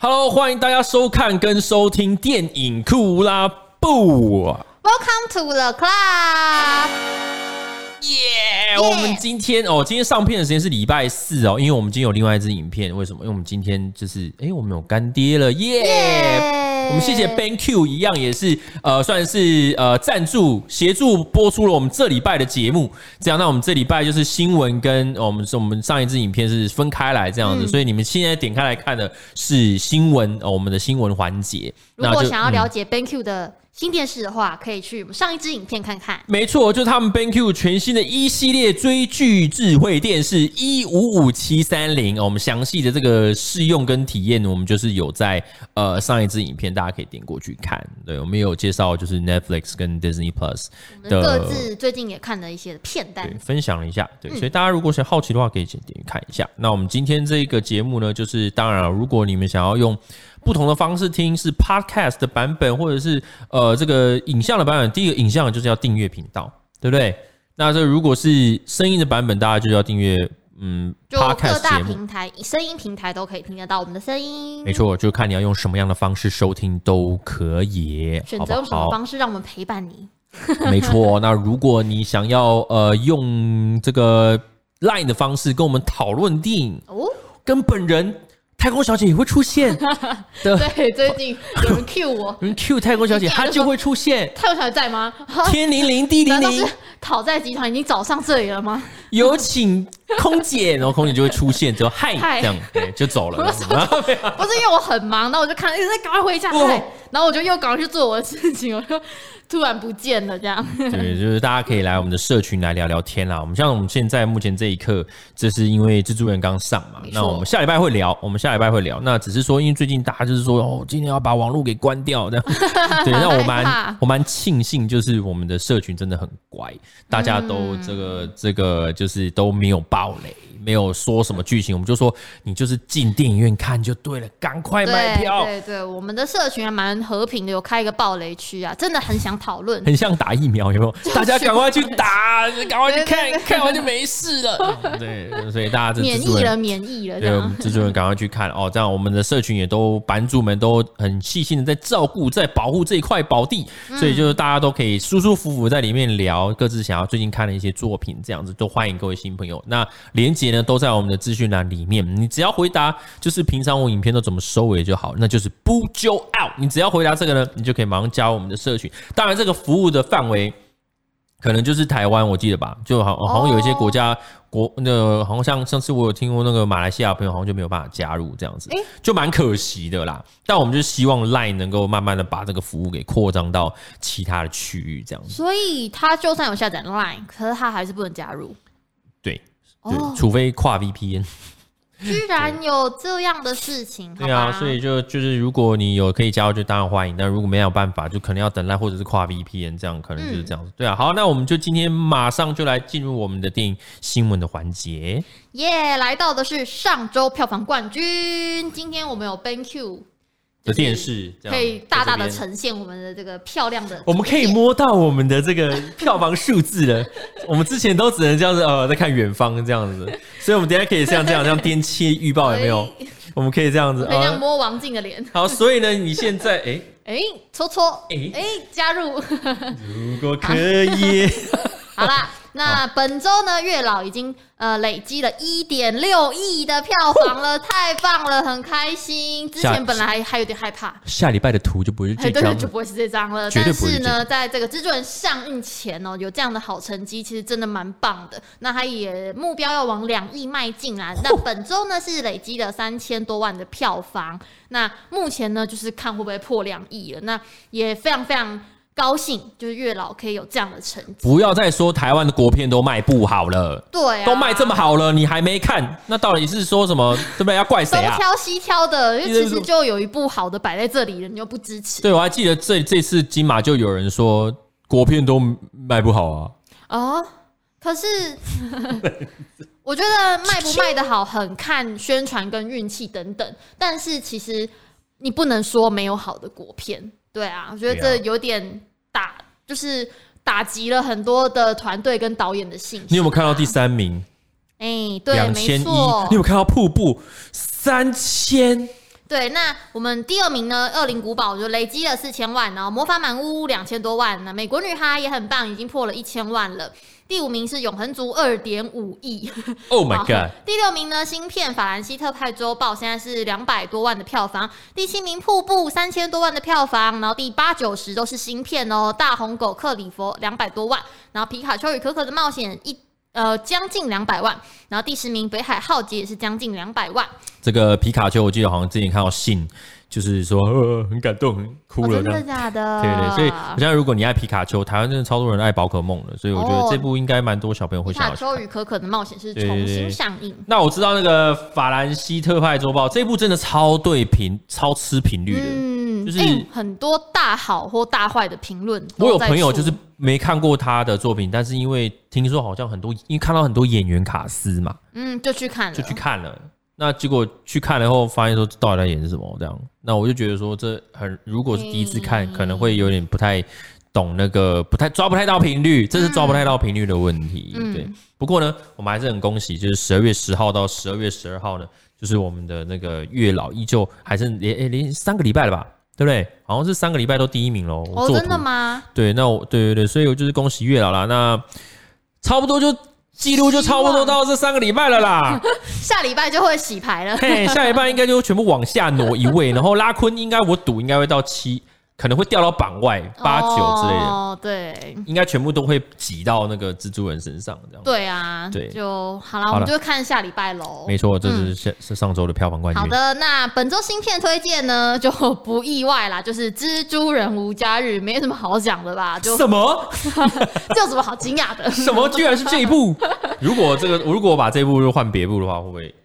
Hello， 欢迎大家收看跟收听电影酷拉部。 Welcome to the club。 耶！我们今天上片的时间是礼拜4哦，因为我们今天有另外一支影片。为什么？因为我们今天就是我们有干爹了耶！我们谢谢 BenQ 一样也是算是赞助协助播出了我们这礼拜的节目。这样，那我们这礼拜就是新闻跟我们上一支影片是分开来这样子，所以你们现在点开来看的是新闻我们的新闻环节。 如果想要了解 BenQ 的新电视的话，可以去我们上一支影片看看。 没错，就是他们 BenQ 全新的1系列追剧智慧电视155730，我们详细的这个试用跟体验，我们就是有在上一支影片，大家可以点过去看。对，我们也有介绍，就是 Netflix 跟 Disney Plus 的各自最近也看了一些片单， 对，分享了一下。对，所以大家如果想好奇的话，可以点看一下。那我们今天这个节目呢，就是当然了，如果你们想要用不同的方式听，是 podcast 的版本，或者是这个影像的版本。第一个影像就是要订阅频道，对不对？那这如果是声音的版本，大家就要订阅就各大节目平台声音平台都可以听得到我们的声音。 没错，就看你要用什么样的方式收听都可以， 选择用什么方式让我们陪伴你。 没错，那如果你想要用这个 LINE 的方式跟我们讨论电影，跟本人太空小姐也会出现的。 对，最近有人 cue 我， 有人 cue 太空小姐，她就会出现。 太空小姐在吗？ 天灵灵地灵灵， 讨债集团已经找上这里了吗？ 有请空姐，然后空姐就会出现，之后嗨这样，就走了。 不是因为我很忙，然后我就看，赶快回家，然后我就又赶快去做我的事情，我就突然不见了，这样。 对，就是大家可以来我们的社群来聊聊天啦。我们现在目前这一刻，这是因为蜘蛛人刚上嘛，那我们下礼拜会聊，那只是说，因为最近大家就是说，今天要把网络给关掉，这样。对，那我蛮庆幸，就是我们的社群真的很乖，大家都这个就是都没有爆雷，没有说什么剧情，我们就说你就是进电影院看就对了，赶快买票。 对，我们的社群还蛮和平的，有开一个爆雷区啊，真的很想讨论， 很像打疫苗，有没有？大家赶快去打，赶快去看，看完就没事了。对，所以大家免疫了。 对，我们蜘蛛人赶快去看哦，这样我们的社群也都版主们都很细心的在照顾、在保护这一块宝地，所以就是大家都可以舒舒服服在里面聊各自想要最近看的一些作品，这样子都欢迎各位新朋友。那连结呢都在我们的资讯栏里面，你只要回答就是平常我影片都怎么收尾就好，那就是不就 out。你只要回答这个呢，你就可以马上加入我们的社群。当然，这个服务的范围可能就是台湾，我记得吧，就好像有一些国家好像像上次我有听过那个马来西亚的朋友好像就没有办法加入这样子，就蛮可惜的啦。但我们就希望 LINE 能够慢慢的把这个服务给扩张到其他的区域这样子。 所以他就算有下载 LINE， 可是他还是不能加入。 对，除非跨 VPN。 居然有这样的事情， 对啊，所以就是如果你有可以加入，就当然欢迎。但如果没有办法，就可能要等待或者是跨 VPN， 这样可能就是这样子。对啊，好，那我们就今天马上就来进入我们的电影新闻的环节。 来到的是上周票房冠军，今天我们有 BenQ 的电视可以大大的呈现我们的这个漂亮的， 我们可以摸到我们的这个票房数字了。我们之前都只能这样子在看远方这样子，所以我们等一下可以像这样颠切预报，有没有？我们可以这样子， 可以这样摸王静的脸。 好，所以呢，你现在搓加入， 如果可以， 好啦。那本周呢，月老已经累积了1.6亿的票房了，太棒了，很开心。之前本来还有点害怕， 下礼拜的图就不会是这张了， 对，就不会是这张了。但是呢，在这个蜘蛛人上映前有这样的好成绩，其实真的蛮棒的。那他也目标要往2亿迈进啦。那本周呢是累积了3000多万的票房，那目前呢就是看会不会破2亿了。那也非常非常高兴，就是月老可以有这样的成绩。 不要再说台湾的国片都卖不好了， 对啊， 都卖这么好了，你还没看，那到底是说什么？对不对？要怪谁啊？ 东挑西挑的，因为其实就有一部好的摆在这里了，你又不支持。 对，我还记得这次金马就有人说国片都卖不好啊。 可是我觉得卖不卖得好很看宣传跟运气等等，但是其实你不能说没有好的国片。对啊，我觉得这有点就是打击了很多的团队跟导演的信心。 你有没有看到第3名？ 对，没错。 你有没有看到瀑布3000？ 对，那我们第2名呢，恶灵古堡就累积了4000万，然后魔法满屋2000多万，那美国女孩也很棒，已经破了1000万了。第5名是永恒族2.5亿 ，Oh my god！ 第6名呢，新片法兰西特派周报现在是200多万的票房。第7名瀑布3000多万的票房，然后第8、9、10都是新片哦。大红狗克里佛200多万，然后皮卡丘与可可的冒险将近200万，然后第10名北海浩劫也是将近200万。 这个皮卡丘我记得好像之前看到信，就是说很感动，很哭了， 真的假的？ 对对，所以我想如果你爱皮卡丘，台湾真的超多人爱宝可梦的，所以我觉得这部应该蛮多小朋友会想要去看。 皮卡丘与可可的冒险是重新上映。 那我知道那个法兰西特派周报这部真的超吃频率的，就是很多大好或大坏的评论。 我有朋友就是没看过他的作品，但是因为听说好像因为看到很多演员卡司嘛， 就去看了。 那结果去看了后，发现说到底在演什么这样，那我就觉得说如果是第一次看，可能会有点不太懂那个，抓不太到频率，这是抓不太到频率的问题。对，不过呢，我们还是很恭喜，就是12月10号到12月12号呢，就是我们的那个月老依旧还是连3个礼拜了吧，对不对？好像是3个礼拜都第1名喽。 哦，真的吗？ 对，那对，所以我就是恭喜月老啦。那差不多就。记录就差不多到这3个礼拜了啦， 下礼拜就会洗牌了。 嘿，下礼拜应该就全部往下挪一位，然后拉坤我赌应该会到7，可能会掉到榜外8、9之类的。 哦，对， 应该全部都会挤到那个蜘蛛人身上，这样。 对啊，对，就好了，我们就看下礼拜喽。 没错，这是上周的票房冠军。 好的，那本周新片推荐呢，就不意外啦，就是《蜘蛛人无家日》，没什么好讲的吧？ 什么？ 这有什么好惊讶的？ 什么？居然是这一部？如果我把这一部就换别部的话，会不会？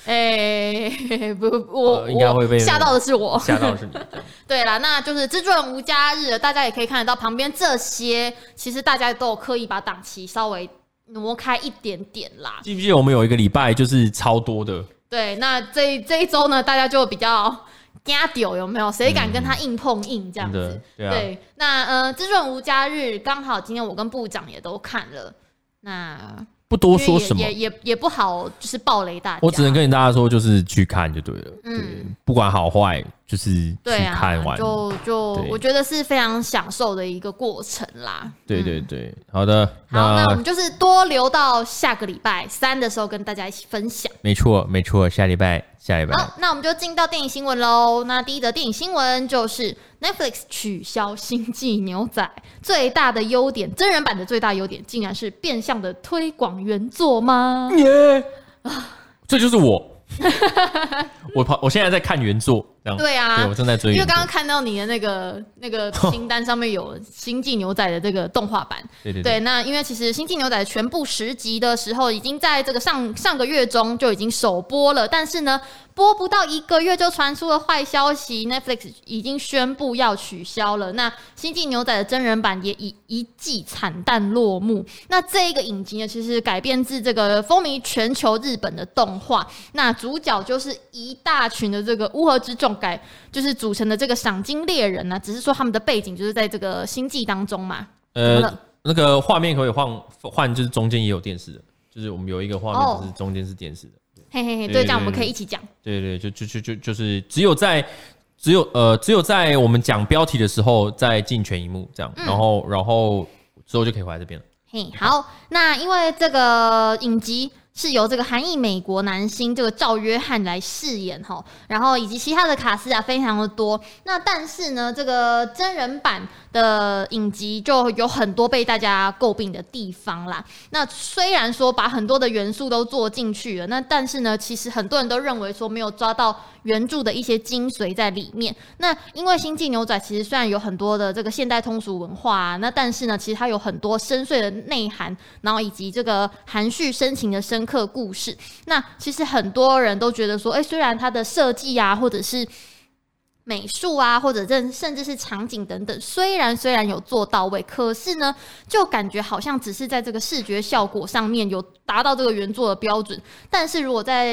我应该会被吓到的是我， 吓到的是你。 对啦，那就是蜘蛛人无家日，大家也可以看得到旁边这些，其实大家都有刻意把档期稍微挪开一点点啦。 记不记得我们有一个礼拜就是超多的？ 对，那这一周呢，大家就比较怕丢，有没有？谁敢跟他硬碰硬这样子？对，那蜘蛛人无家日刚好今天我跟部长也都看了，那。 不多说什么， 也不好，就是暴雷大家。 我只能跟大家说，就是去看就对了。不管好坏，就是去看完。 我觉得是非常享受的一个过程啦。 对，好的。 好，那我们就是多留到下个礼拜3的时候跟大家一起分享。 没错，下礼拜。 好，那我们就进到电影新闻喽。那第一则电影新闻就是 Netflix 取消《星际牛仔》，最大的优点，真人版的最大优点，竟然是变相的推广原作吗？ 这就是我。我现在在看原作，这样。 对啊， 我正在追原作。 因为刚刚看到你的那个清单上面有《星际牛仔》的这个动画版。对，那因为其实《星际牛仔》全部10集的时候，已经在这个上个月中就已经首播了，但是呢，播不到1个月就传出了坏消息 ，Netflix 已经宣布要取消了。那《星际牛仔》的真人版也以一季惨淡落幕。那这一个影集呢，其实改编自这个风靡全球日本的动画，那主角就是一大群的这个乌合之众就是组成的这个赏金猎人呢，只是说他们的背景就是在这个星际当中嘛。 那个画面可以换，就是中间也有电视的，就是我们有一个画面就是中间是电视的。 嘿，对，这样我们可以一起讲。对， 就是只有在我们讲标题的时候再进全萤幕这样，然后之后就可以回来这边了。 嘿，好，那因为这个影集是由这个韩裔美国男星这个赵约翰来饰演齁，然后以及其他的卡司啊非常的多。那但是呢，这个真人版的影集就有很多被大家诟病的地方啦。那虽然说把很多的元素都做进去了，那但是呢，其实很多人都认为说没有抓到原著的一些精髓在里面。那因为《星际牛仔》其实虽然有很多的这个现代通俗文化啊，那但是呢，其实它有很多深邃的内涵，然后以及这个含蓄深情的深刻故事。那其实很多人都觉得说，虽然它的设计啊，或者是美术啊，或者甚至是场景等等，虽然有做到位，可是呢，就感觉好像只是在这个视觉效果上面有达到这个原作的标准，但是如果在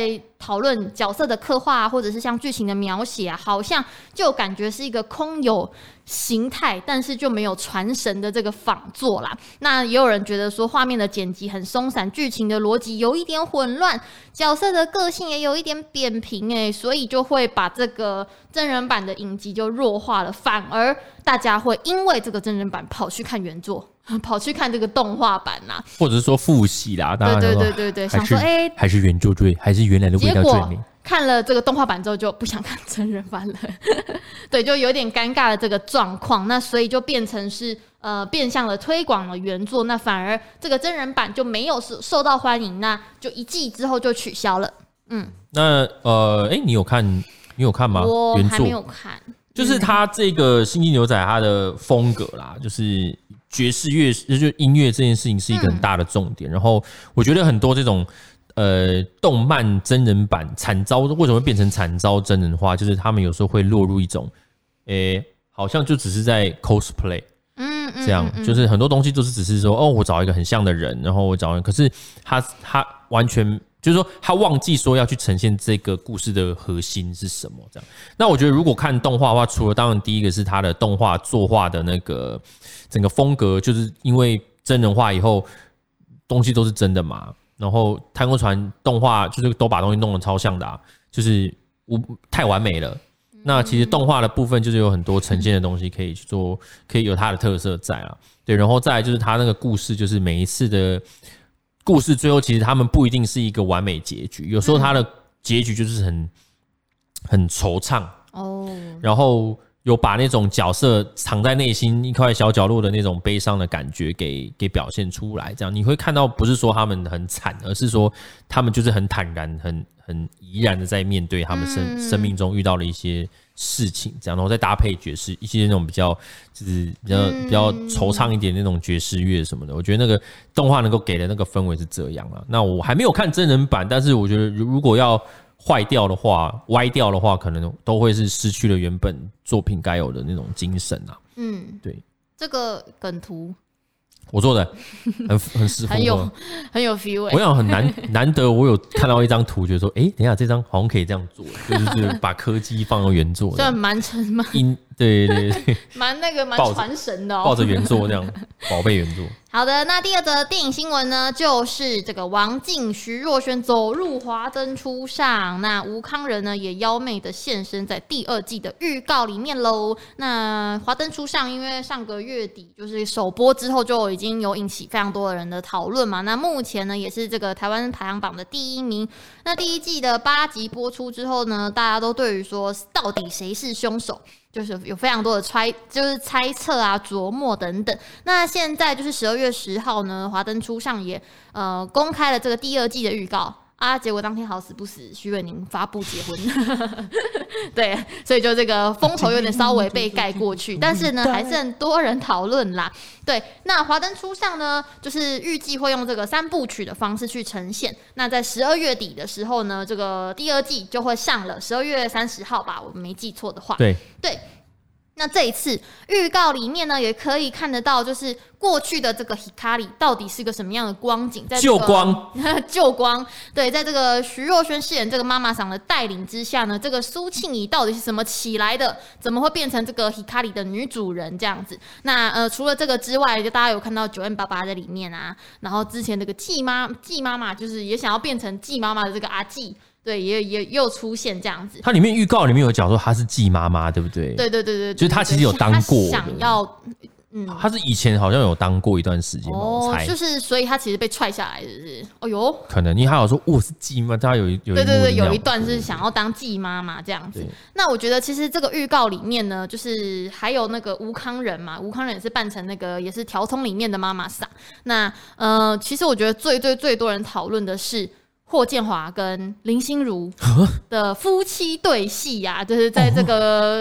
讨论角色的刻画或者是像剧情的描写好像就感觉是一个空有形态但是就没有传神的这个仿作啦。那也有人觉得说画面的剪辑很松散，剧情的逻辑有一点混乱，角色的个性也有一点扁平所以就会把这个真人版的影集就弱化了，反而大家会因为这个真人版跑去看原作，跑去看这个动画版啦， 或者是说复习啦，大家对，想说还是原作最，还是原来的味道最美。 看了这个动画版之后就不想看真人版了对，就有点尴尬的这个状况，那所以就变成是变相的推广了原作，那反而这个真人版就没有受到欢迎，那就一季之后就取消了。 那你有看吗？ 我还没有看， 就是他这个《星际牛仔》他的风格啦，就是爵士乐，就是音乐这件事情是一个很大的重点。然后我觉得很多这种动漫真人版惨遭，为什么会变成惨遭真人化？就是他们有时候会落入一种，好像就只是在 cosplay， 这样，就是很多东西都是只是说，我找一个很像的人，然后我找一个，可是他完全就是说他忘记说要去呈现这个故事的核心是什么，这样。那我觉得如果看动画的话，除了当然第一个是他的动画作画的那个整个风格，就是因为真人化以后东西都是真的嘛。然后太空船动画就是都把东西弄得超像的就是太完美了。那其实动画的部分就是有很多呈现的东西可以去做，可以有它的特色在啦。对，然后再来就是它那个故事，就是每一次的故事最后其实他们不一定是一个完美结局，有时候它的结局就是很惆怅然后有把那种角色藏在内心一块小角落的那种悲伤的感觉给表现出来，这样你会看到不是说他们很惨，而是说他们就是很坦然、很怡然的在面对他们生命中遇到的一些事情，这样，然后再搭配爵士一些那种比较惆怅一点那种爵士乐什么的，我觉得那个动画能够给的那个氛围是这样啦。那我还没有看真人版，但是我觉得如果要坏掉的话，歪掉的话，可能都会是失去了原本作品该有的那种精神啊。对， 这个梗图我做的很适合， 很有 feel。 我想很难得，我有看到一张图，觉得说，等一下这张好像可以这样做，就是把柯基放到原作， 就蛮沉嘛， 对， 蛮传神的抱着原作这样宝贝原作。 好的，那第二则电影新闻呢，就是这个王静、徐若瑄走入华灯初上，那吴慷仁呢也妖媚的现身在第2季的预告里面喽。那华灯初上，因为上个月底就是首播之后就已经有引起非常多的人的讨论嘛，那目前呢也是这个台湾排行榜的第1名。那第1季的8集播出之后呢，大家都对于说到底谁是凶手，就是有非常多的猜测啊、琢磨等等。那现在就是12月10号呢，华灯初上也公开了这个第2季的预告啊，结果当天好死不死，徐伟宁发布结婚，对，所以就这个风头有点稍微被盖过去，但是呢，还是很多人讨论啦。对，那华灯初上呢，就是预计会用这个3部曲的方式去呈现。那在12月底的时候呢，这个第2季就会上了，12月30号吧，我没记错的话。 对。 那这一次预告里面呢，也可以看得到，就是过去的这个 Hikari 到底是个什么样的光景，在旧光， 对，在这个徐若瑄饰演这个妈妈桑的带领之下呢，这个苏庆仪到底是怎么起来的？怎么会变成这个 Hikari 的女主人这样子？那除了这个之外，就大家有看到9M88在里面啊，然后之前那个季妈妈就是也想要变成季妈妈的这个阿季。对，也又出现这样子。它里面预告里面有讲说她是季妈妈，对不对？ 对， 就是她其实有当过的。 想要， 她是以前好像有当过一段时间就是所以她其实被踹下来，是不是？哦哟， 可能因为她有说我是季妈，她有对，有一段是想要当季妈妈这样子。那我觉得其实这个预告里面呢，就是还有那个吴慷仁嘛，吴慷仁也是扮成那个也是条通里面的妈妈桑。那其实我觉得最多人讨论的是霍建华跟林心如的夫妻对戏呀，就是在这个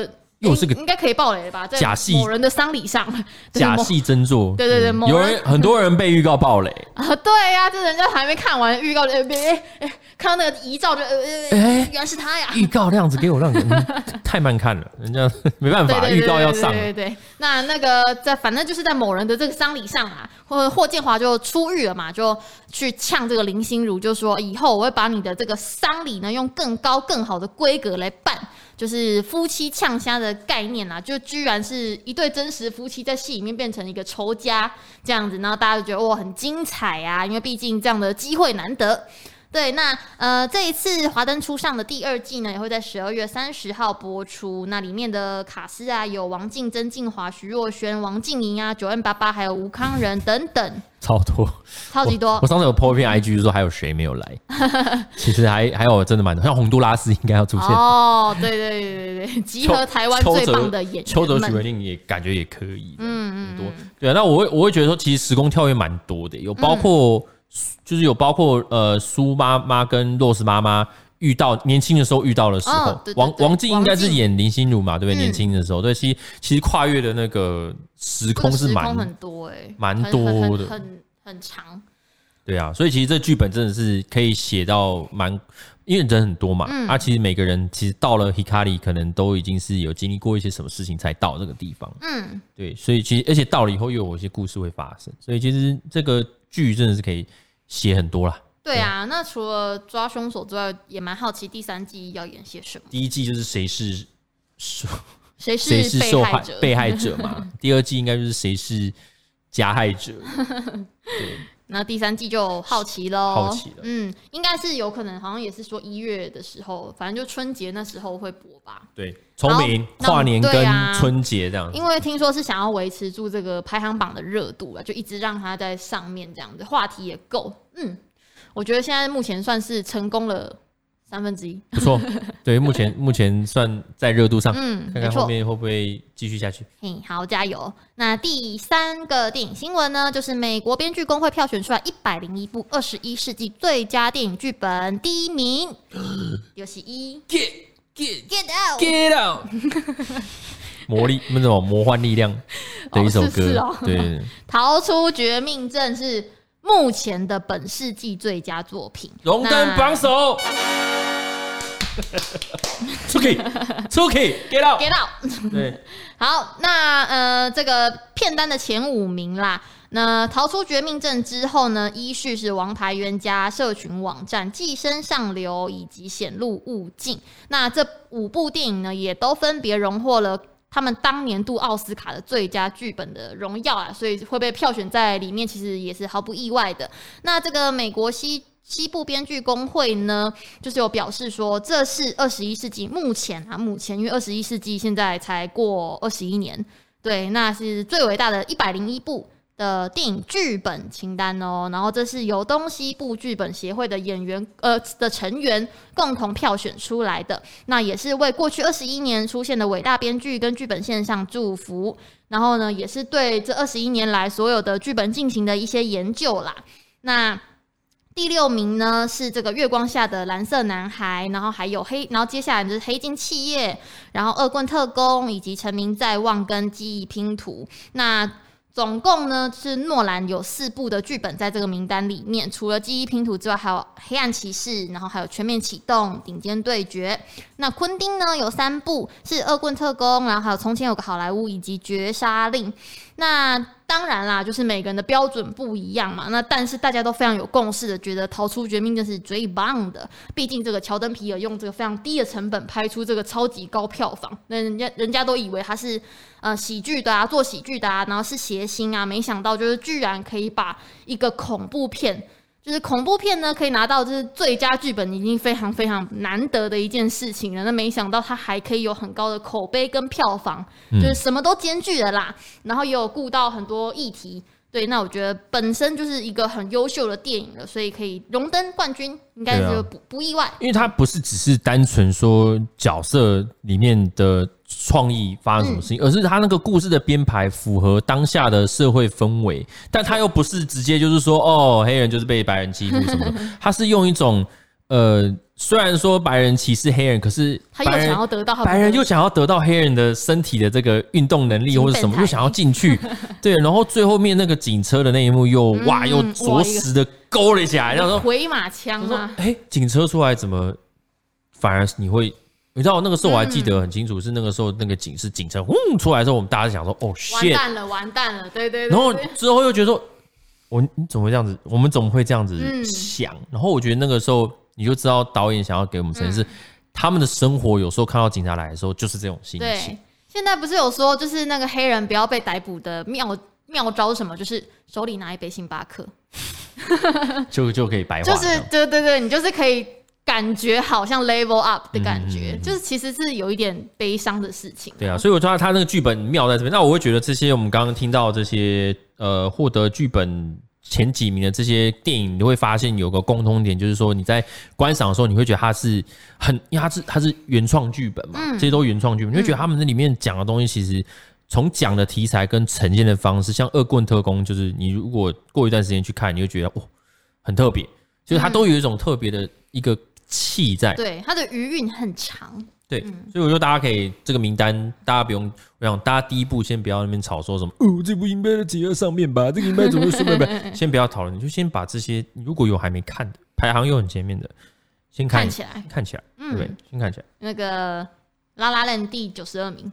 又是个应该可以爆雷了吧？ 假戏某人的丧礼上， 假戏真做。 对对对， 有人很多人被预告爆雷啊，对呀，这人家还没看完预告，看到那个遗照就原来是他呀！ 预告那样子给我让人太慢看了，人家没办法，预告要上。 对，那个反正就是在某人的这个丧礼上啊，霍建华就出狱了嘛，就去呛这个林心如，就说以后我会把你的这个丧礼呢用更高更好的规格来办。就是夫妻呛虾的概念啦，就居然是一对真实夫妻在戏里面变成一个仇家这样子，然后大家就觉得哇很精彩啊，因为毕竟这样的机会难得。对，那这一次华灯初上的第2季呢，也会在12月30号播出。那里面的卡司啊，有王静、曾敬骅、徐若瑄、王静莹啊、9m88，还有吴康仁等等， 超多， 超级多。 我上次有 po 一篇 IG 就说还有谁没有来，其实还有真的蛮多，像洪都拉斯应该要出现。 哦，对，集合台湾最棒的演员们。 邱泽、许文令也感觉也可以，很多。对啊，那我会觉得说，其实时空跳跃蛮多的，有包括。就是有包括苏妈妈跟 Rose 妈妈遇到年轻的时候遇到的时候，王静应该是演林心如嘛，对不对？年轻的时候，对，其实跨越的那个时空是很多蛮多的， 很长。 对啊，所以其实这剧本真的是可以写到因为人很多嘛，其实每个人其实到了 Hikari 可能都已经是有经历过一些什么事情才到这个地方，对，所以其实而且到了以后又有一些故事会发生，所以其实这个剧真的是可以写很多啦。 对啊，那除了抓凶手之外，也蛮好奇第3季要演些什么。 第1季就是谁是被害者嘛，第2季应该就是谁是加害者。对。 那第3季就好奇咯， 好奇了， 应该是有可能，好像也是说1月的时候，反正就春节那时候会播吧。 对，聪明跨年跟春节这样子， 因为听说是想要维持住这个排行榜的热度啊，就一直让它在上面这样子，话题也够。我觉得现在目前算是成功了1/3， 不错。对，目前算在热度上，看看后面会不会继续下去。 好，加油！那第3个电影新闻呢，就是美国编剧工会票选出来101部21世纪最佳电影剧本，第1名就是 Get Out 魔幻力量的一首歌，对， 逃出绝命镇是目前的本世纪最佳作品， 荣登榜首。出去 ，get out。对， 好，那这个片单的前5名啦。那逃出绝命镇之后呢，依序是王牌冤家、社群网站、寄生上流以及显露物境。那这5部电影呢，也都分别荣获了他们当年度奥斯卡的最佳剧本的荣耀啊，所以会被票选在里面，其实也是毫不意外的。那这个美国西部编剧工会呢，就是有表示说，这是21世纪目前因为21世纪现在才过21年，对，那是最伟大的101部的电影剧本清单哦。然后这是由东西部剧本协会的的成员共同票选出来的，那也是为过去21年出现的伟大编剧跟剧本献上祝福。然后呢，也是对这21年来所有的剧本进行的一些研究啦。那第6名呢是这个月光下的蓝色男孩，然后还有然后接下来就是黑金企业，然后恶棍特工以及成名在望跟记忆拼图。那总共呢是诺兰有4部的剧本在这个名单里面，除了记忆拼图之外，还有黑暗骑士，然后还有全面启动、顶尖对决。那昆汀呢有3部是恶棍特工，然后还有从前有个好莱坞以及绝杀令。那当然啦，就是每个人的标准不一样嘛。那但是大家都非常有共识的，觉得逃出绝命镇是最棒的。毕竟这个乔登皮尔用这个非常低的成本拍出这个超级高票房，那人家都以为他是喜剧的啊，做喜剧的啊，然后是谐星啊，没想到就是居然可以把一个恐怖片。就是恐怖片呢，可以拿到就是最佳剧本，已经非常非常难得的一件事情了。那没想到它还可以有很高的口碑跟票房，就是什么都兼具了啦。然后也有顾到很多议题，对，那我觉得本身就是一个很优秀的电影了，所以可以荣登冠军，应该就不意外。 因为它不是只是单纯说角色里面的创意发生什么事情，而是他那个故事的编排符合当下的社会氛围，但他又不是直接就是说哦，黑人就是被白人欺负什么的，他是用一种虽然说白人歧视黑人，可是他又想要得到白人又想要得到黑人的身体的这个运动能力或者什么，又想要进去，对，然后最后面那个警车的那一幕又着实的勾了起来，然后说回马枪啊， 警车出来怎么反而你会？你知道那个时候我还记得很清楚，是那个时候那个警车出来的时候，我们大家想说哦 shit， 完蛋了，对对对， 然后之后又觉得说，你怎么会这样子？我们怎么会这样子想？然后我觉得那个时候你就知道导演想要给我们呈现是他们的生活，有时候看到警察来的时候就是这种心情。 对，现在不是有说就是那个黑人不要被逮捕的妙招是什么？就是手里拿一杯星巴克， 就可以白话， 就是对对对，你就是可以。感觉好像 level up 的感觉，就是其实是有一点悲伤的事情。 对啊，所以我觉得他那个剧本妙在这边。那我会觉得这些我们刚刚听到这些获得剧本前几名的这些电影，你会发现有个共通点，就是说你在观赏的时候，你会觉得它是因为它是原创剧本嘛，这些都原创剧本，你会觉得他们那里面讲的东西其实。从讲的题材跟呈现的方式，像《恶棍特工》，就是你如果过一段时间去看，你会觉得很特别，就是它都有一种特别的一个气在， 对，它的余韵很长， 对，所以我觉得大家可以这个名单，大家不用，我想大家第一步先不要那边吵说什么，这部应该在几上面吧，这个应该怎么说先不要讨论，你就先把这些如果有还没看的，排行又很前面的，先看起来，对不对？先看起来。 那个《La La Land》第92名，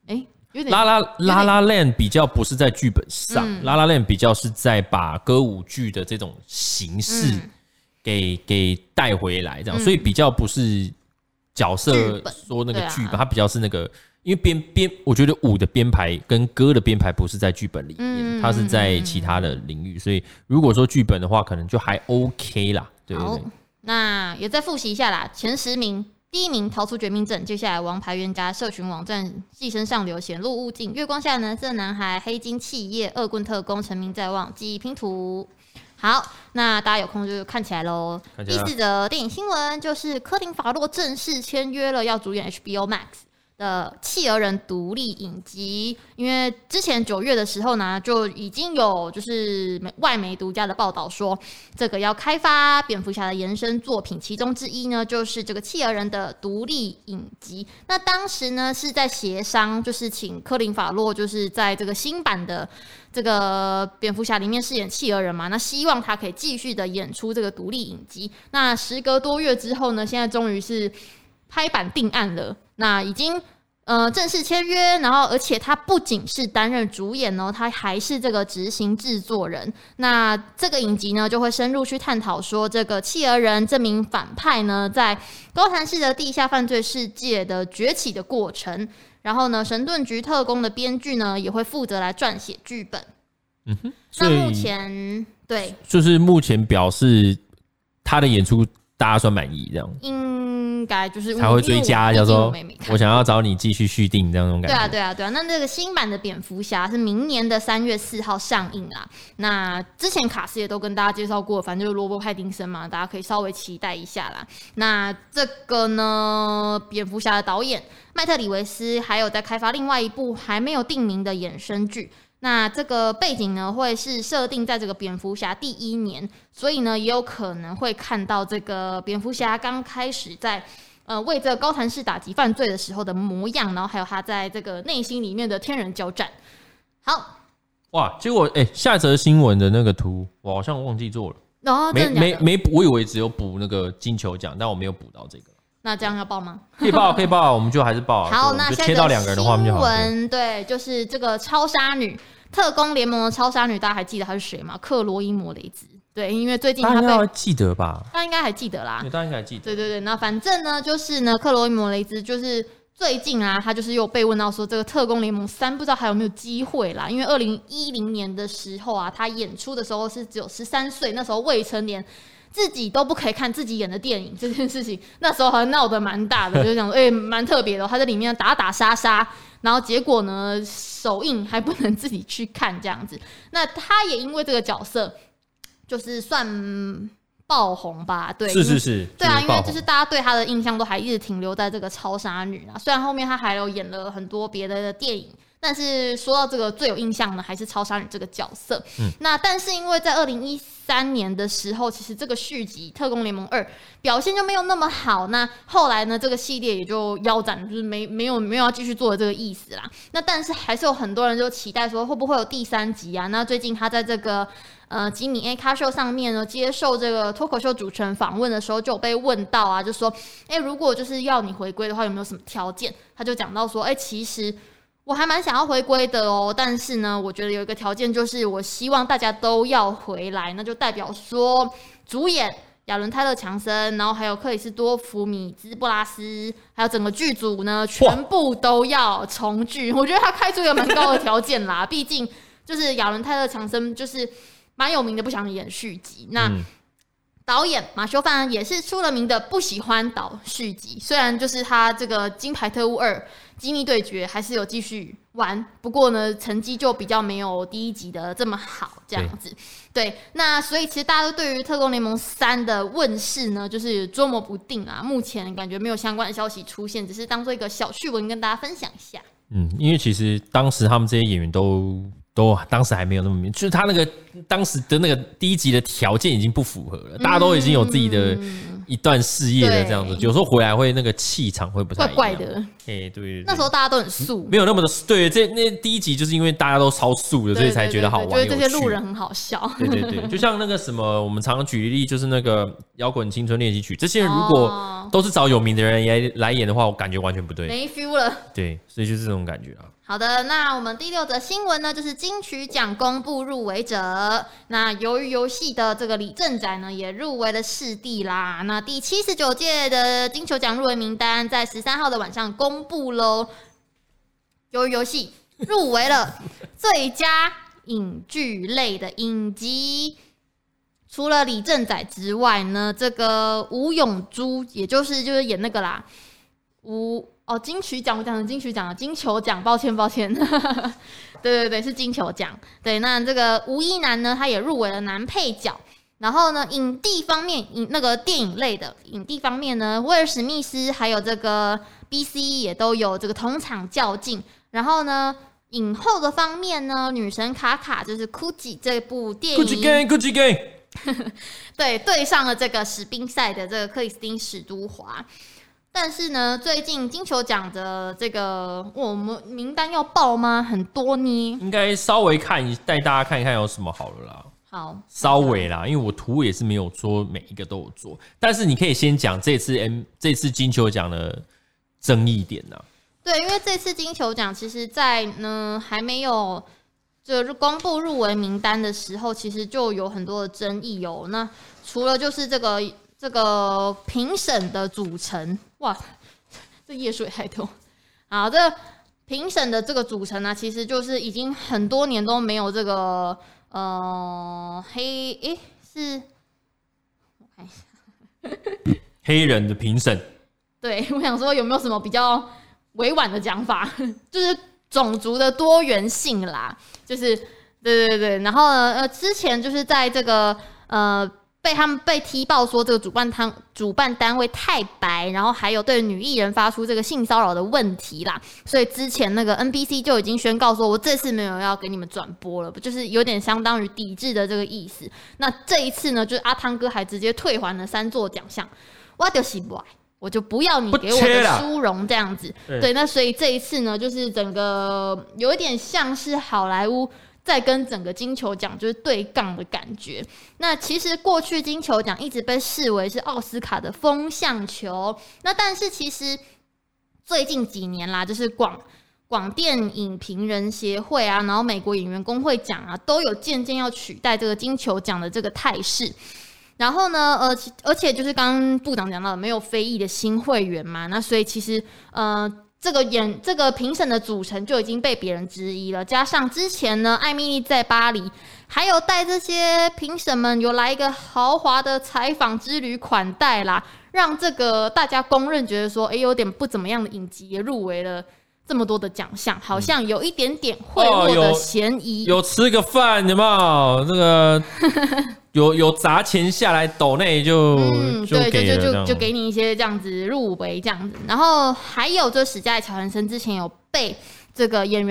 La La Land 比较不是在剧本上，La La Land 比较是在把歌舞剧的这种形式给带回来，这样，所以比较不是角色说那个剧本，它比较是那个，因为我觉得舞的编排跟歌的编排不是在剧本里面，它是在其他的领域，所以如果说剧本的话，可能就还 OK 啦，对不对？ 那也再复习一下啦，前10名。第1名逃出绝命镇，接下来王牌冤家、社群网站、寄生上流、显露物境、月光下蓝色男孩、黑金企业、恶棍特工、成名在望、记忆拼图。好，那大家有空就看起来咯。第4则电影新闻就是科林·法洛正式签约了，要主演 HBO Max 的企鹅人独立影集。因为之前9月的时候呢，就已经有就是外媒独家的报道说，这个要开发蝙蝠侠的延伸作品，其中之一呢就是这个企鹅人的独立影集。那当时呢是在协商，就是请科林·法洛就是在这个新版的这个蝙蝠侠里面饰演企鹅人嘛，那希望他可以继续的演出这个独立影集。那时隔多月之后呢，现在终于是拍板定案了，那已经正式签约，然后而且他不仅是担任主演哦，他还是这个执行制作人。那这个影集呢，就会深入去探讨说，这个企鹅人这名反派呢，在高谭市的地下犯罪世界的崛起的过程。然后呢，神盾局特工的编剧呢，也会负责来撰写剧本。那目前对， 就是目前表示他的演出大家算满意，这样应该就是才会追加，叫做我想要找你继续续订这样种感觉。 对啊。那这个新版的蝙蝠侠是明年的3月4号上映啊。那之前卡斯也都跟大家介绍过，反正就是罗伯·派丁森嘛，大家可以稍微期待一下啦。那这个呢，蝙蝠侠的导演麦特里维斯还有在开发另外一部还没有定名的衍生剧。那这个背景呢，会是设定在这个蝙蝠侠第1年，所以呢，也有可能会看到这个蝙蝠侠刚开始在为这个高谭市打击犯罪的时候的模样，然后还有他在这个内心里面的天人交战。好， 哇，结果下一则新闻的那个图，我好像忘记做了，没补，我以为只有补那个金球奖，但我没有补到这个。 那这样要报吗？ 可以报，我们就还是报。 好，那就切到2个人的画面就好了。 对，就是这个超杀女，特工联盟的超杀女，大家还记得她是谁吗？克罗伊·摩雷兹。对，因为最近她被记得吧？ 大家应该还记得啦。 对，大家应该还记得。 对。那反正呢，就是呢，克罗伊·摩雷兹就是最近啊，他就是又被问到说，这个特工联盟3不知道还有没有机会啦？因为2010年的时候啊，他演出的时候是只有13岁，那时候未成年。自己都不可以看自己演的电影这件事情，那时候还闹得蛮大的，就想说，蛮特别的。他在里面打杀，然后结果呢，首映还不能自己去看这样子。那他也因为这个角色，就是算爆红吧，对， 是， 对啊，因为就是大家对他的印象都还一直停留在这个超杀女啊。虽然后面他还有演了很多别的电影。 但是说到这个最有印象呢，还是超杀女这个角色。那但是因为在2013年的时候，其实这个续集《特工联盟2》表现就没有那么好，那后来呢，这个系列也就腰斩，就是没有要继续做的这个意思啦。那但是还是有很多人就期待说会不会有第3集啊？那最近他在这个吉米 A 咖秀上面呢，接受这个脱口秀主持人访问的时候，就有被问到啊，就说，如果就是要你回归的话，有没有什么条件？他就讲到说，其实我还蛮想要回归的哦，但是呢，我觉得有一个条件就是，我希望大家都要回来，那就代表说主演亚伦·泰勒·强森，然后还有克里斯多福·米兹布拉斯，还有整个剧组呢，全部都要重聚。我觉得他开出一个蛮高的条件啦，毕竟就是亚伦·泰勒·强森就是蛮有名的，不想演续集。那导演马修·范恩也是出了名的不喜欢导续集，虽然就是他这个《金牌特务2》机密对决还是有继续玩，不过呢成绩就比较没有第1集的这么好，这样子。对，那所以其实大家都对于《特工联盟3》的问世呢，就是捉摸不定啊。目前感觉没有相关的消息出现，只是当做一个小趣闻跟大家分享一下。 因为其实当时他们这些演员都当时还没有那么明，就是他那个当时的那个第1集的条件已经不符合了，大家都已经有自己的一段事业了，这样子，有时候回来会那个气场会不太一样， 怪怪的。 对， 那时候大家都很素， 没有那么的对。那第1集就是因为大家都超素的，所以才觉得好玩， 觉得这些路人很好笑。 对，就像那个什么，我们常常举例，就是那个摇滚青春练习曲，这些人如果都是找有名的人来演的话，我感觉完全不对， 没 feel 了。 对，所以就是这种感觉啊。 好的，那我们第6则新闻呢，就是金曲奖公布入围者。那由于游戏的这个李正宰呢，也入围了视帝啦。那第79届的金球奖入围名单在13号的晚上公布喽。由于游戏入围了最佳影剧类的影集。除了李正宰之外呢，这个吴永珠，也就是演那个啦，金曲奖，我讲的金曲奖，金球奖，抱歉，对，是金球奖。对，那这个吴一男呢，他也入围了男配角。然后呢，影帝方面，那个电影类的影帝方面呢，威尔史密斯还有这个 BC 也都有这个同场较劲。然后呢，影后的方面呢，女神卡卡就是《Gucci》这部电影 ，Gucci Gang， 对上了这个史宾赛的这个克里斯汀史都华。但是呢，最近金球奖的这个我们名单要报吗？很多呢， 应该稍微带大家看一看有什么好了啦。 好， 稍微啦，因为我图也是没有说每一个都有做，但是你可以先讲这次金球奖的争议点啊。 对，因为这次金球奖其实在呢还没有就公布入围名单的时候，其实就有很多的争议哦。那除了就是这个评审的组成，哇，这页数也太多。好，这评审的这个组成呢，其实就是已经很多年都没有这个是我看一下黑人的评审。 对，我想说有没有什么比较委婉的讲法，就是种族的多元性啦，就是对。然后呢，之前就是在这个他们被踢爆说这个主办单位太白，然后还有对女艺人发出这个性骚扰的问题啦，所以之前那个 NBC 就已经宣告说，我这次没有要给你们转播了，就是有点相当于抵制的这个意思。那这一次呢，就是阿汤哥还直接退还了3座奖项，我就是不爱，我就不要你给我的殊荣这样子。对，那所以这一次呢，就是整个有一点像是好莱坞在跟整个金球奖就是对杠的感觉。那其实过去金球奖一直被视为是奥斯卡的风向球，那但是其实最近几年啦，就是广电影评人协会啊，然后美国演员工会奖啊，都有渐渐要取代这个金球奖的这个态势。然后呢，而且就是刚刚部长讲到的，没有非裔的新会员嘛，那所以其实这个评审的组成就已经被别人质疑了，加上之前呢，艾米丽在巴黎还有带这些评审们有来一个豪华的采访之旅款待啦，让这个大家公认觉得说，有点不怎么样的影集也入围了这么多的奖项，好像有一点点贿赂的嫌疑。 有吃个饭有没有？这个有砸钱下来抖内就给你一些这样子入围这样子。然后还有就是史嘉丽·乔韩森之前有被这个演员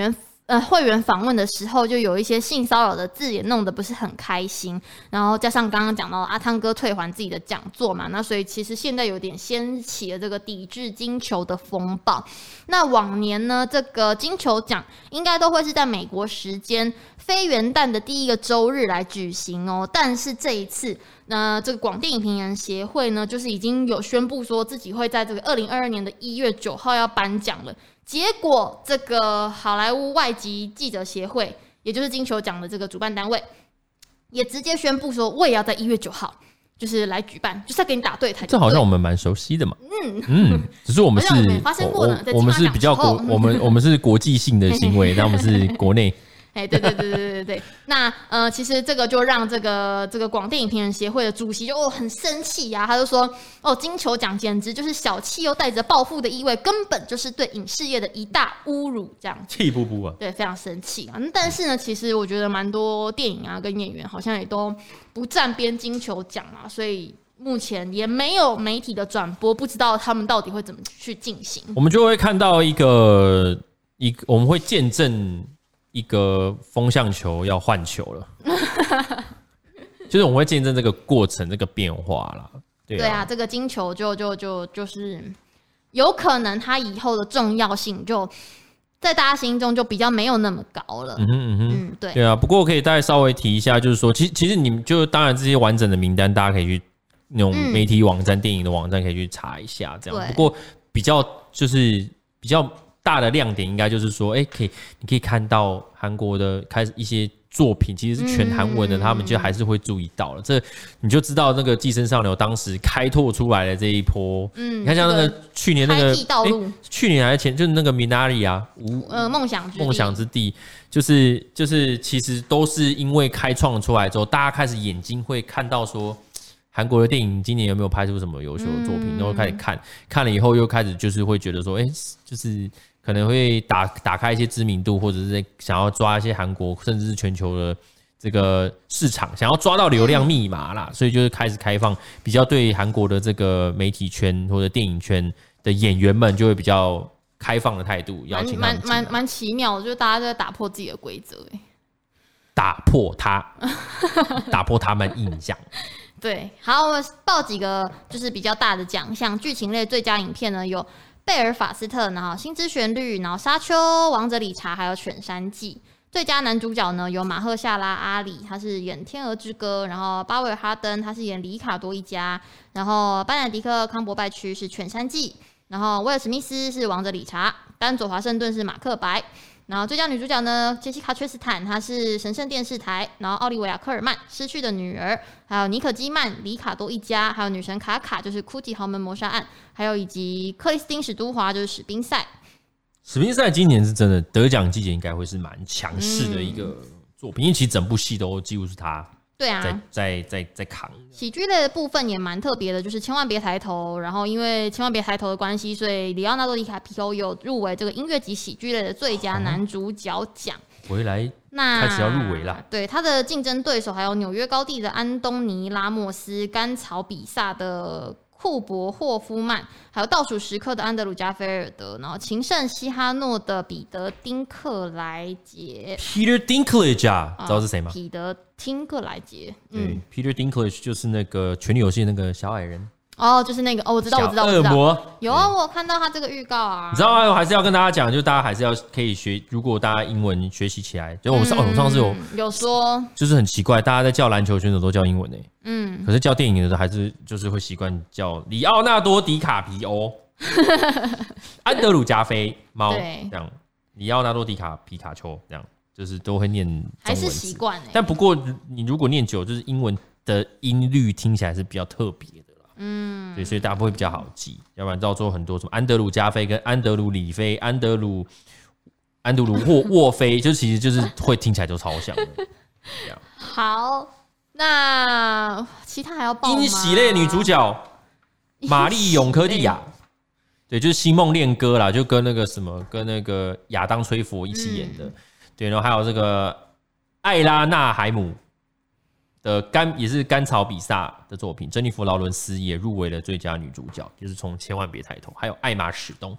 会员访问的时候，就有一些性骚扰的字也弄得不是很开心，然后加上刚刚讲到阿汤哥退还自己的讲座嘛，那所以其实现在有点掀起了这个抵制金球的风暴。那往年呢，这个金球奖应该都会是在美国时间非元旦的第一个周日来举行哦，但是这一次这个广电影评人协会呢，就是已经有宣布说自己会在这个2022年的1月9号要颁奖了。结果，这个好莱坞外籍记者协会，也就是金球奖的这个主办单位，也直接宣布说，我也要在1月9号，就是来举办，就是要给你打对台。 这好像我们蛮熟悉的嘛。只是我们是，我们是比较我们是国际性的行为，但我们是国内。 对。那其实这个就让这个广电影评人协会的主席就很生气呀，他就说金球奖简直就是小气又带着报复的意味，根本就是对影视业的一大侮辱，这样气不不啊？ 对，非常生气啊。但是呢，其实我觉得蛮多电影啊跟演员好像也都不站边金球奖啊，所以目前也没有媒体的转播，不知道他们到底会怎么去进行。 我们就会看到一个我们会见证一个风向球要换球了，就是我们会见证这个过程、这个变化啦。对啊， 这个金球就是有可能它以后的重要性就在大家心中就比较没有那么高了。对啊。不过可以大概稍微提一下，就是说，其实你们就当然这些完整的名单，大家可以去那种媒体网站、电影的网站可以去查一下，这样。不过比较大的亮点应该就是说，你可以看到韩国的开始一些作品其实是全韩文的，他们就还是会注意到了。这你就知道那个《寄生上流》当时开拓出来的这一波。你看像那个去年那个去年还是前就是那个 Minari 啊， 梦想之地，就是其实都是因为开创出来之后，大家开始眼睛会看到说，韩国的电影今年有没有拍出什么优秀的作品，然后开始看了以后又开始就是会觉得说，就是可能会打开一些知名度，或者是想要抓一些韩国甚至是全球的这个市场，想要抓到流量密码啦，所以就是开始开放，比较对韩国的这个媒体圈或者电影圈的演员们就会比较开放的态度，邀请他们蛮奇妙的，就是大家都在打破自己的规则， 打破他们印象。 对，好，我们报几个就是比较大的奖项，剧情类最佳影片呢有贝尔法斯特，然后星之旋律，然后沙丘、王者理查，还有犬山记。最佳男主角呢有马赫夏拉阿里，他是演《天鹅之歌》，然后巴维尔哈登他是演里卡多一家，然后班乃迪克康伯拜区是犬山记，然后威尔史密斯是王者理查，丹佐华盛顿是马克白。然后最佳女主角呢，杰西卡·崔斯坦，她是神圣电视台；然后奥利维亚·科尔曼，失去的女儿；还有妮可·基曼，里卡多一家；还有女神卡卡，就是库提豪门谋杀案；还有以及克里斯汀·史都华，就是史宾赛。 史宾赛今年是真的得奖季节，应该会是蛮强势的一个作品，因为其实整部戏都几乎是他。 对啊， 在扛。 喜剧类的部分也蛮特别的，就是千万别抬头。然后因为千万别抬头的关系，所以里奥纳多·迪卡皮欧有入围这个音乐及喜剧类的最佳男主角奖。 回来开始要入围啦。 对，他的竞争对手还有纽约高地的安东尼·拉莫斯、甘草比萨的库伯霍夫曼，还有倒数时刻的安德鲁加菲尔德，然后情圣西哈诺的彼得丁克莱杰 Peter Dinklage 啊，知道是谁吗？ 彼得丁克莱杰， 对，Peter Dinklage 就是那个《权力游戏》那个小矮人。 就是那个我知道， 恶魔有啊，我有看到他这个预告啊。 你知道吗？我还是要跟大家讲，就大家还是要可以学，如果大家英文学习起来，就我上次有说， 就是很奇怪，大家在叫篮球选手都叫英文可是叫电影的时候还是就是会习惯叫里奥纳多·迪卡皮欧、安德鲁加菲猫这样，里奥纳多·迪卡皮卡丘这样，就是都会念中文字， 还是习惯但不过你如果念久，就是英文的音律听起来是比较特别的。对，所以大家会比较好记，要不然到时候很多什么安德鲁加菲跟安德鲁里菲、安德鲁沃菲，就其实就是会听起来都超像的。 好，那其他还要报吗？ 英喜类女主角玛丽永科蒂亚，对，就是《星梦恋歌》啦，就跟那个什么，跟那个亚当崔佛一起演的。对，然后还有这个艾拉纳海姆。也是甘草比萨的作品，珍妮弗劳伦斯也入围了最佳女主角，就是从千万别抬头，还有艾玛史东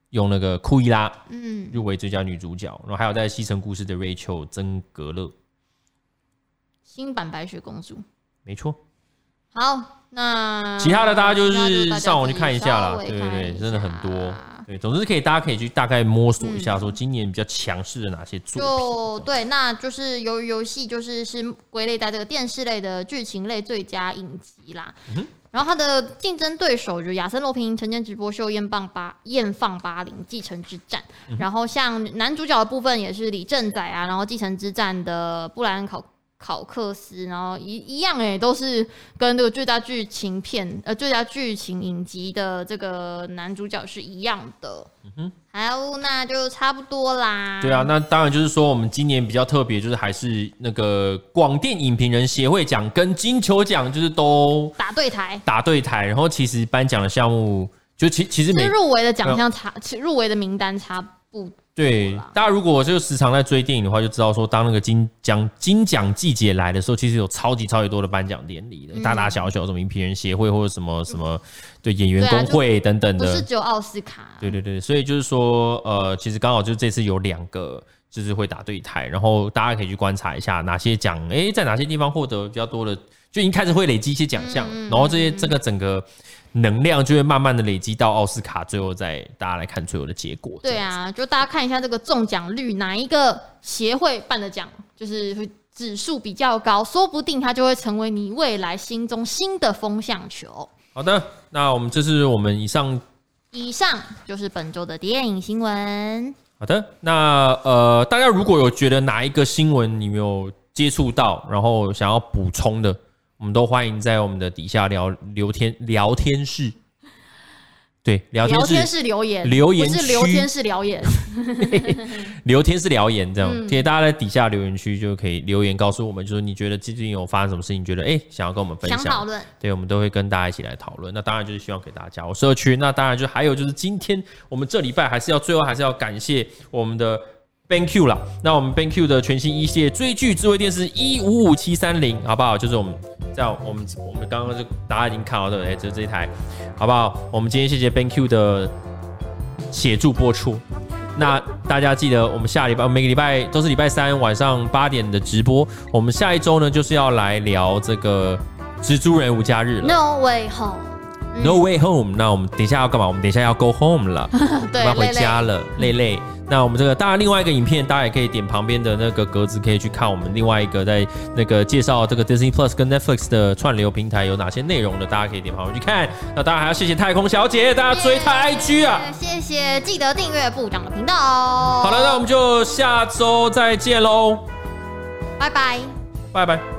用那个库伊拉入围最佳女主角，然后还有在《西城故事》的瑞秋曾格勒， 新版白雪公主， 没错。 好，那其他的大家就是上网去看一下啦，对对对，真的很多。对，总之大家可以去大概摸索一下，说今年比较强势的哪些作品。 对，那就是由于游戏是归类在这个电视类的剧情类最佳影集啦。然后他的竞争对手就是亚森罗平、晨间直播秀、艳放巴林、继承之战。然后像男主角的部分也是李正宰啊，然后继承之战的布莱恩考克斯，然后一样都是跟这个最佳剧情影集的这个男主角是一样的。好，那就差不多啦。 对啊，那当然就是说我们今年比较特别，就是还是那个广电影评人协会奖跟金球奖，就是都打对台。 然后其实颁奖的项目就其实入围的奖项入围的名单差不多。 对，大家如果就时常在追电影的话，就知道说，当那个金奖季节来的时候，其实有超级多的颁奖典礼的，大大小小什么影评人协会或者什么对演员工会等等的， 不是只有奥斯卡。 对，所以就是说，其实刚好就这次有2个就是会打对台，然后大家可以去观察一下哪些奖，在哪些地方获得比较多的，就已经开始会累积一些奖项，然后这个整个能量就会慢慢的累积到奥斯卡，最后再大家来看最后的结果。 对啊，就大家看一下这个中奖率，哪一个协会办的奖就是会指数比较高，说不定它就会成为你未来心中新的风向球。 好的，那这是我们以上就是本周的电影新闻。 好的，那大家如果有觉得哪一个新闻你没有接触到，然后想要补充的，我们都欢迎在我们的底下聊天室，对，聊天室留言不是聊天室聊言， 聊天室聊言这样，可以大家在底下留言区就可以留言告诉我们，就是你觉得最近有发生什么事情，觉得想要跟我们分享， 想讨论， 对，我们都会跟大家一起来讨论。那当然就是希望给大家加入社区。那当然还有就是今天我们这礼拜最后还是要感谢我们的BenQ 啦，那我们 BenQ 的全新一系列追剧智慧电视155730，好不好？就是我们刚刚就大家已经看到的，就是这一台，好不好？我们今天谢谢 BenQ 的协助播出。那大家记得，我们每个礼拜都是礼拜3晚上8点的直播。我们下一周呢，就是要来聊这个蜘蛛人无家日了。 No way home。No way home。那我们等一下要干嘛？我们等一下要 go home 了，我们要回家了，累。那我们当然另外一个影片，大家也可以点旁边的那个格子，可以去看我们另外一个在那个介绍这个 Disney Plus 跟 Netflix 的串流平台有哪些内容的，大家可以点旁边去看。那当然还要谢谢太空小姐，大家追她 IG 啊， 谢谢，记得订阅部长的频道哦。 好了，那我们就下周再见喽， 拜拜。